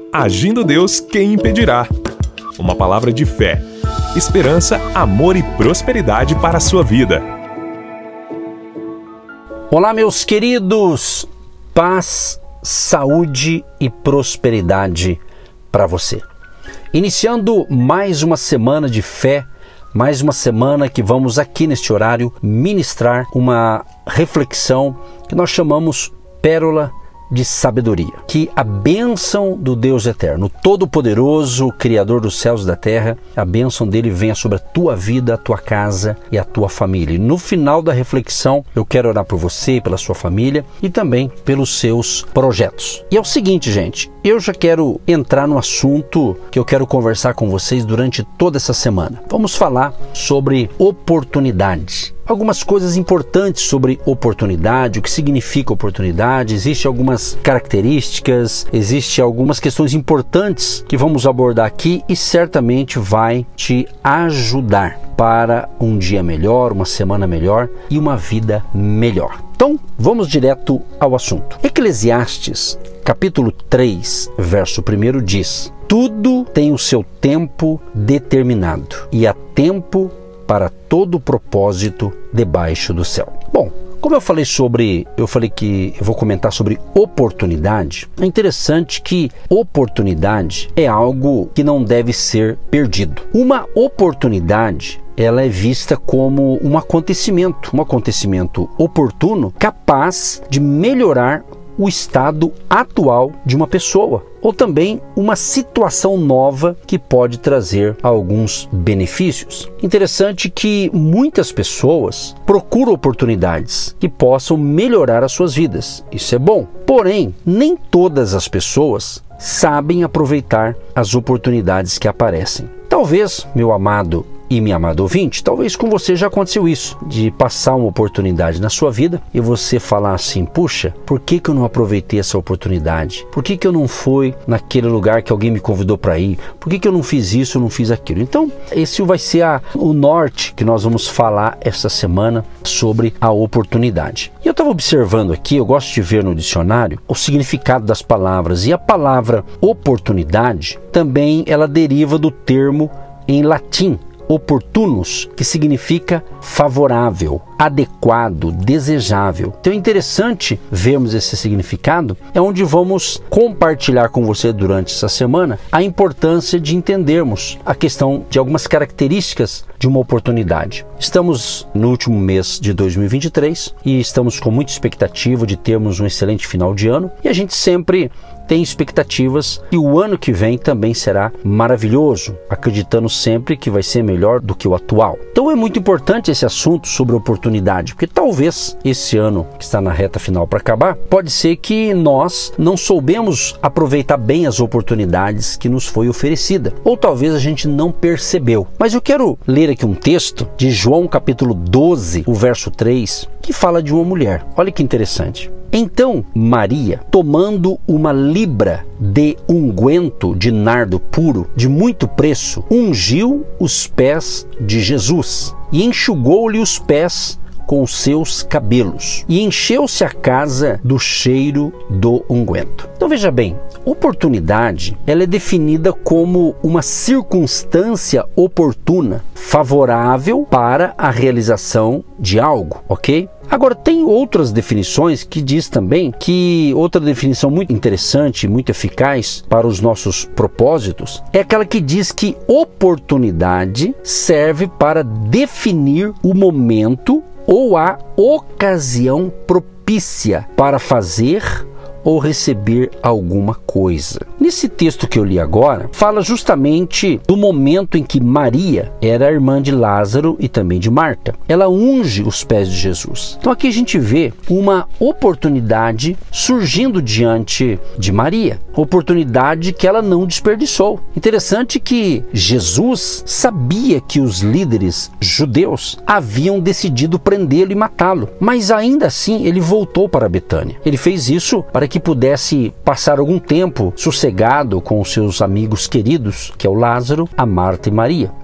Agindo Deus, quem impedirá? Uma palavra de fé, esperança, amor e prosperidade para a sua vida. Olá, meus queridos, paz, saúde e prosperidade para você. Iniciando mais uma semana de fé, mais uma semana que vamos aqui neste horário ministrar uma reflexão que nós chamamos Pérola de Sabedoria. Que a bênção do Deus eterno, Todo-Poderoso, Criador dos céus e da terra, a bênção dele venha sobre a tua vida, a tua casa e a tua família. E no final da reflexão, eu quero orar por você e pela sua família e também pelos seus projetos. E é o seguinte, gente, eu já quero entrar no assunto que eu quero conversar com vocês durante toda essa semana. Vamos falar sobre oportunidade. Algumas coisas importantes sobre oportunidade, o que significa oportunidade, existem algumas características, existem algumas questões importantes que vamos abordar aqui e certamente vai te ajudar para um dia melhor, uma semana melhor e uma vida melhor. Então, vamos direto ao assunto. Eclesiastes, capítulo 3, verso 1 diz: tudo tem o seu tempo determinado e há tempo para todo propósito debaixo do céu. Bom, como eu falei que eu vou comentar sobre oportunidade, é interessante que oportunidade é algo que não deve ser perdido. Uma oportunidade, ela é vista como um acontecimento oportuno, capaz de melhorar o estado atual de uma pessoa, ou também uma situação nova que pode trazer alguns benefícios. Interessante que muitas pessoas procuram oportunidades que possam melhorar as suas vidas. Isso é bom. Porém, nem todas as pessoas sabem aproveitar as oportunidades que aparecem. Talvez, meu amado e minha amada ouvinte, talvez com você já aconteceu isso, de passar uma oportunidade na sua vida e você falar assim: puxa, por que eu não aproveitei essa oportunidade? Por que eu não fui naquele lugar que alguém me convidou para ir? Por que eu não fiz isso, não fiz aquilo? Então, esse vai ser o norte que nós vamos falar esta semana sobre a oportunidade. E eu estava observando aqui, eu gosto de ver no dicionário o significado das palavras, e a palavra oportunidade também ela deriva do termo em latim oportunus, que significa favorável, adequado, desejável. Então é interessante vermos esse significado, é onde vamos compartilhar com você durante essa semana a importância de entendermos a questão de algumas características de uma oportunidade. Estamos no último mês de 2023 e estamos com muita expectativa de termos um excelente final de ano, e a gente sempre tem expectativas que o ano que vem também será maravilhoso, acreditando sempre que vai ser melhor do que o atual. Então é muito importante esse assunto sobre oportunidade, porque talvez esse ano que está na reta final para acabar, pode ser que nós não soubemos aproveitar bem as oportunidades que nos foi oferecida, ou talvez a gente não percebeu. Mas eu quero ler aqui um texto de João capítulo 12, o verso 3, que fala de uma mulher. Olha que interessante. Então Maria, tomando uma libra de unguento de nardo puro, de muito preço, ungiu os pés de Jesus e enxugou-lhe os pés com os seus cabelos, e encheu-se a casa do cheiro do unguento. Então veja bem, oportunidade ela é definida como uma circunstância oportuna, favorável para a realização de algo, ok? Agora, tem outras definições que diz também que outra definição muito interessante, muito eficaz para os nossos propósitos, é aquela que diz que oportunidade serve para definir o momento ou a ocasião propícia para fazer ou receber alguma coisa. Nesse texto que eu li agora, fala justamente do momento em que Maria era a irmã de Lázaro e também de Marta. Ela unge os pés de Jesus. Então aqui a gente vê uma oportunidade surgindo diante de Maria. Oportunidade que ela não desperdiçou. Interessante que Jesus sabia que os líderes judeus haviam decidido prendê-lo e matá-lo. Mas ainda assim ele voltou para Betânia. Ele fez isso para que pudesse passar algum tempo sossegado com os seus amigos queridos, que é o Lázaro, a Marta e Maria.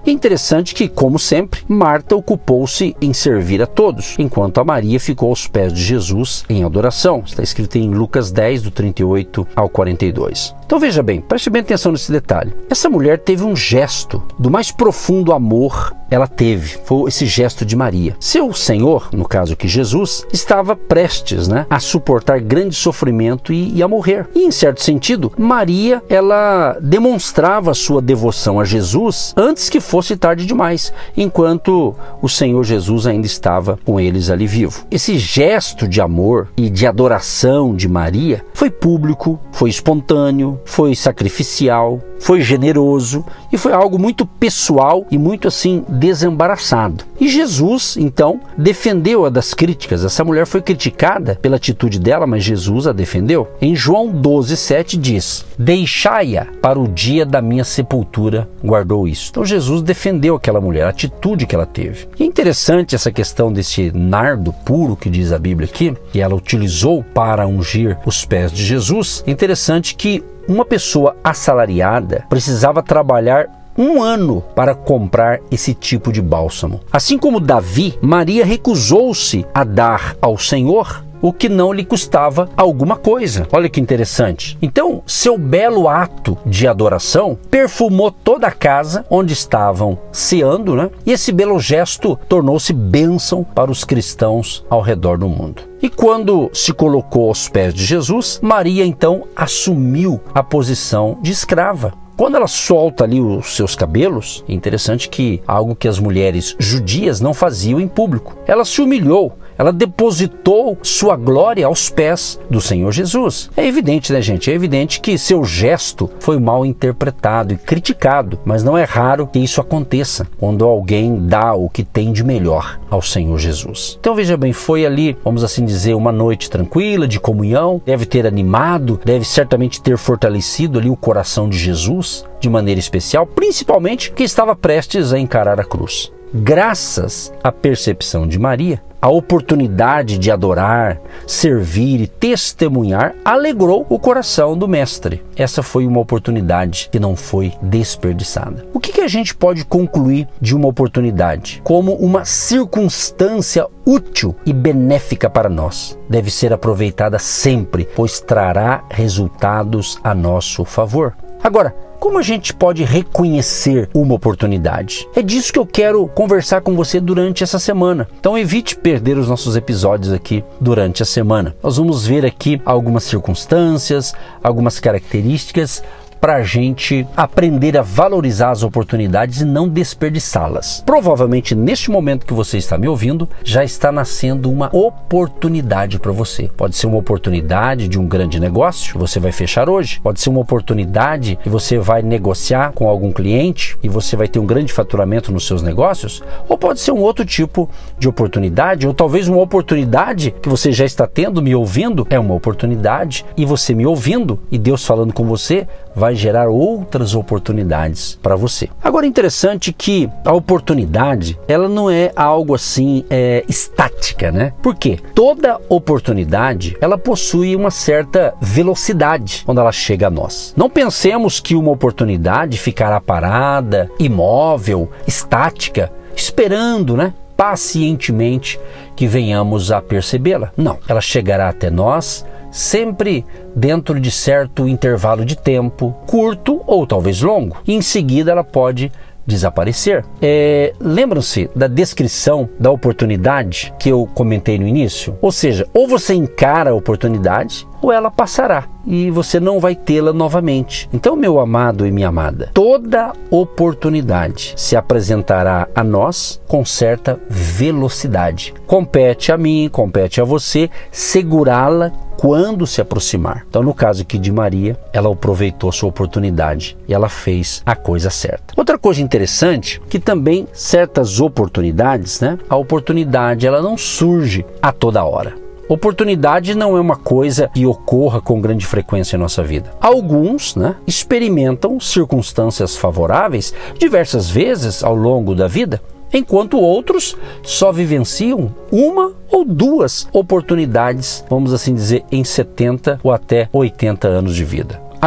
É interessante que, como sempre, Marta ocupou-se em servir a todos, enquanto a Maria ficou aos pés de Jesus em adoração. Está escrito em Lucas 10, do 38 ao 42. Então veja bem, preste bem atenção nesse detalhe. Essa mulher teve um gesto do mais profundo amor ela teve, foi esse gesto de Maria. Seu Senhor, no caso aqui Jesus, estava prestes a suportar grande sofrimento e a morrer. E em certo sentido, Maria, ela demonstrava sua devoção a Jesus antes que fosse tarde demais, enquanto o Senhor Jesus ainda estava com eles ali vivo. Esse gesto de amor e de adoração de Maria foi público, foi espontâneo, foi sacrificial, foi generoso e foi algo muito pessoal e muito assim desembaraçado. E Jesus, então, defendeu-a das críticas. Essa mulher foi criticada pela atitude dela, mas Jesus a defendeu. Em João 12:7 diz: deixai-a para o dia da minha sepultura, guardou isso. Então Jesus defendeu aquela mulher, a atitude que ela teve. E é interessante essa questão desse nardo puro que diz a Bíblia aqui, que ela utilizou para ungir os pés de Jesus. É interessante que uma pessoa assalariada precisava trabalhar 1 ano para comprar esse tipo de bálsamo. Assim como Davi, Maria recusou-se a dar ao Senhor o que não lhe custava alguma coisa. Olha que interessante. Então, seu belo ato de adoração perfumou toda a casa onde estavam ceando, E esse belo gesto tornou-se bênção para os cristãos ao redor do mundo. E quando se colocou aos pés de Jesus, Maria então assumiu a posição de escrava. Quando ela solta ali os seus cabelos, é interessante que algo que as mulheres judias não faziam em público. Ela se humilhou, ela depositou sua glória aos pés do Senhor Jesus. É evidente, gente? É evidente que seu gesto foi mal interpretado e criticado, mas não é raro que isso aconteça quando alguém dá o que tem de melhor ao Senhor Jesus. Então veja bem, foi ali, vamos assim dizer, uma noite tranquila, de comunhão, deve ter animado, deve certamente ter fortalecido ali o coração de Jesus de maneira especial, principalmente que estava prestes a encarar a cruz. Graças à percepção de Maria, a oportunidade de adorar, servir e testemunhar alegrou o coração do Mestre. Essa foi uma oportunidade que não foi desperdiçada. O que a gente pode concluir de uma oportunidade? Como uma circunstância útil e benéfica para nós. Deve ser aproveitada sempre, pois trará resultados a nosso favor. Agora, como a gente pode reconhecer uma oportunidade? É disso que eu quero conversar com você durante essa semana. Então evite perder os nossos episódios aqui durante a semana. Nós vamos ver aqui algumas circunstâncias, algumas características para a gente aprender a valorizar as oportunidades e não desperdiçá-las. Provavelmente neste momento que você está me ouvindo, já está nascendo uma oportunidade para você. Pode ser uma oportunidade de um grande negócio que você vai fechar hoje. Pode ser uma oportunidade que você vai negociar com algum cliente e você vai ter um grande faturamento nos seus negócios. Ou pode ser um outro tipo de oportunidade, ou talvez uma oportunidade que você já está tendo me ouvindo. É uma oportunidade e você me ouvindo e Deus falando com você vai gerar outras oportunidades para você. Agora é interessante que a oportunidade, ela não é algo assim estática, Por quê? Toda oportunidade, ela possui uma certa velocidade quando ela chega a nós. Não pensemos que uma oportunidade ficará parada, imóvel, estática, esperando, pacientemente que venhamos a percebê-la. Não, ela chegará até nós sempre dentro de certo intervalo de tempo, curto ou talvez longo, e em seguida ela pode desaparecer. Lembram-se da descrição da oportunidade que eu comentei no início? Ou seja, ou você encara a oportunidade ou ela passará e você não vai tê-la novamente. Então, meu amado e minha amada, toda oportunidade se apresentará a nós com certa velocidade. Compete a mim, compete a você segurá-la quando se aproximar. Então, no caso aqui de Maria, ela aproveitou a sua oportunidade e ela fez a coisa certa. Outra coisa interessante, que também certas oportunidades, a oportunidade ela não surge a toda hora. Oportunidade não é uma coisa que ocorra com grande frequência em nossa vida. Alguns experimentam circunstâncias favoráveis diversas vezes ao longo da vida, enquanto outros só vivenciam uma ou duas oportunidades, vamos assim dizer, em 70 ou até 80 anos de vida. Agora,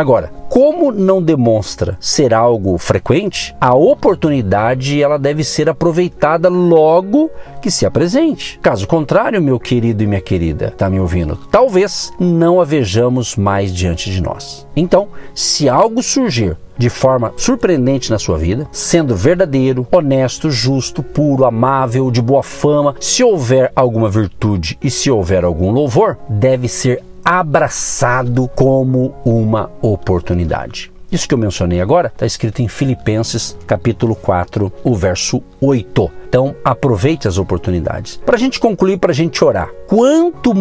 como não demonstra ser algo frequente, a oportunidade ela deve ser aproveitada logo que se apresente. Caso contrário, meu querido e minha querida, tá me ouvindo? Talvez não a vejamos mais diante de nós. Então, se algo surgir de forma surpreendente na sua vida, sendo verdadeiro, honesto, justo, puro, amável, de boa fama, se houver alguma virtude e se houver algum louvor, deve ser abraçado como uma oportunidade. Isso que eu mencionei agora está escrito em Filipenses capítulo 4, o verso 8. Então aproveite as oportunidades. Para a gente concluir, para a gente orar. Quanto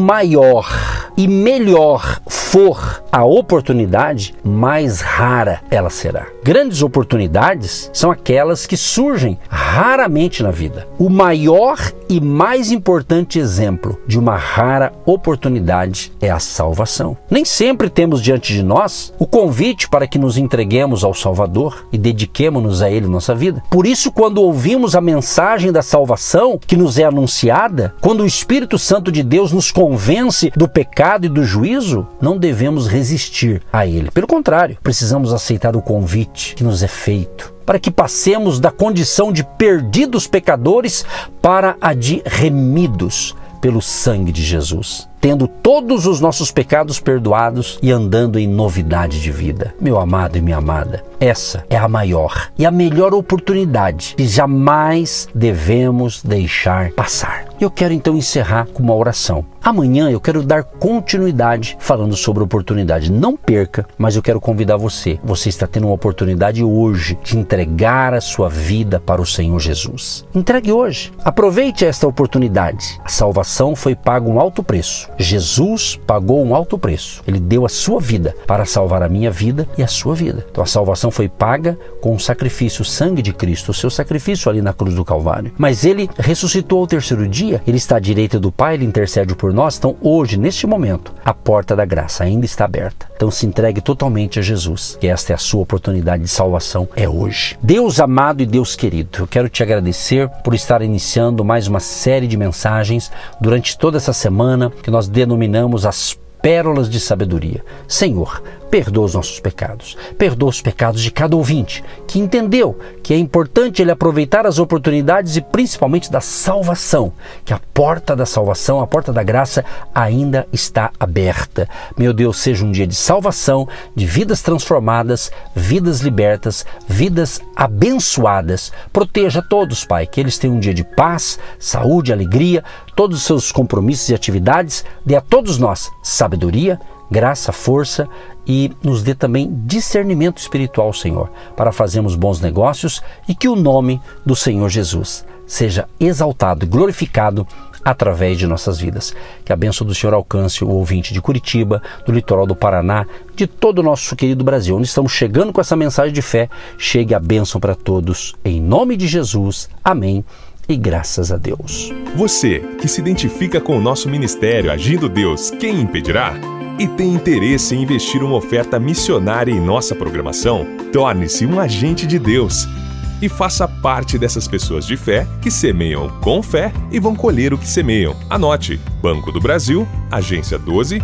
maior e melhor for a oportunidade, mais rara ela será. Grandes oportunidades são aquelas que surgem raramente na vida. O maior e mais importante exemplo de uma rara oportunidade é a salvação. Nem sempre temos diante de nós o convite para que nos entreguemos ao Salvador e dediquemo-nos a Ele nossa vida. Por isso, quando ouvimos a mensagem da salvação que nos é anunciada, quando o Espírito Santo de Deus nos convence do pecado e do juízo, não devemos resistir a Ele. Pelo contrário, precisamos aceitar o convite que nos é feito, para que passemos da condição de perdidos pecadores para a de remidos pelo sangue de Jesus, tendo todos os nossos pecados perdoados e andando em novidade de vida. Meu amado e minha amada, essa é a maior e a melhor oportunidade que jamais devemos deixar passar. Eu quero então encerrar com uma oração. Amanhã eu quero dar continuidade falando sobre oportunidade. Não perca, mas eu quero convidar você. Você está tendo uma oportunidade hoje de entregar a sua vida para o Senhor Jesus. Entregue hoje. Aproveite esta oportunidade. A salvação foi paga um alto preço. Jesus pagou um alto preço. Ele deu a sua vida para salvar a minha vida e a sua vida. Então a salvação foi paga com o sacrifício, o sangue de Cristo, o seu sacrifício ali na cruz do Calvário. Mas ele ressuscitou ao terceiro dia. Ele está à direita do Pai, ele intercede por nós. Então hoje, neste momento, a porta da graça ainda está aberta. Então se entregue totalmente a Jesus, que esta é a sua oportunidade de salvação, é hoje. Deus amado e Deus querido, eu quero te agradecer por estar iniciando mais uma série de mensagens durante toda essa semana que nós denominamos as pérolas de sabedoria. Senhor, perdoa os nossos pecados, perdoa os pecados de cada ouvinte que entendeu que é importante ele aproveitar as oportunidades e principalmente da salvação, que a porta da salvação, a porta da graça ainda está aberta. Meu Deus, seja um dia de salvação, de vidas transformadas, vidas libertas, vidas abençoadas. Proteja todos, Pai, que eles tenham um dia de paz, saúde, alegria, todos os seus compromissos e atividades. Dê a todos nós sabedoria, graça, força e nos dê também discernimento espiritual, Senhor, para fazermos bons negócios e que o nome do Senhor Jesus seja exaltado e glorificado através de nossas vidas. Que a bênção do Senhor alcance o ouvinte de Curitiba, do litoral do Paraná, de todo o nosso querido Brasil, onde estamos chegando com essa mensagem de fé. Chegue a bênção para todos, em nome de Jesus. Amém. E graças a Deus. Você que se identifica com o nosso ministério Agindo Deus, quem impedirá? E tem interesse em investir uma oferta missionária em nossa programação? Torne-se um agente de Deus e faça parte dessas pessoas de fé que semeiam com fé e vão colher o que semeiam. Anote: Banco do Brasil, agência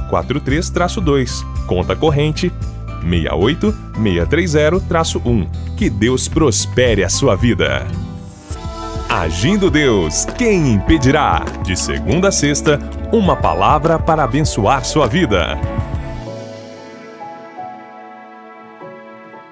1243-2, conta corrente 68630-1. Que Deus prospere a sua vida. Agindo Deus, quem impedirá? De segunda a sexta, uma palavra para abençoar sua vida.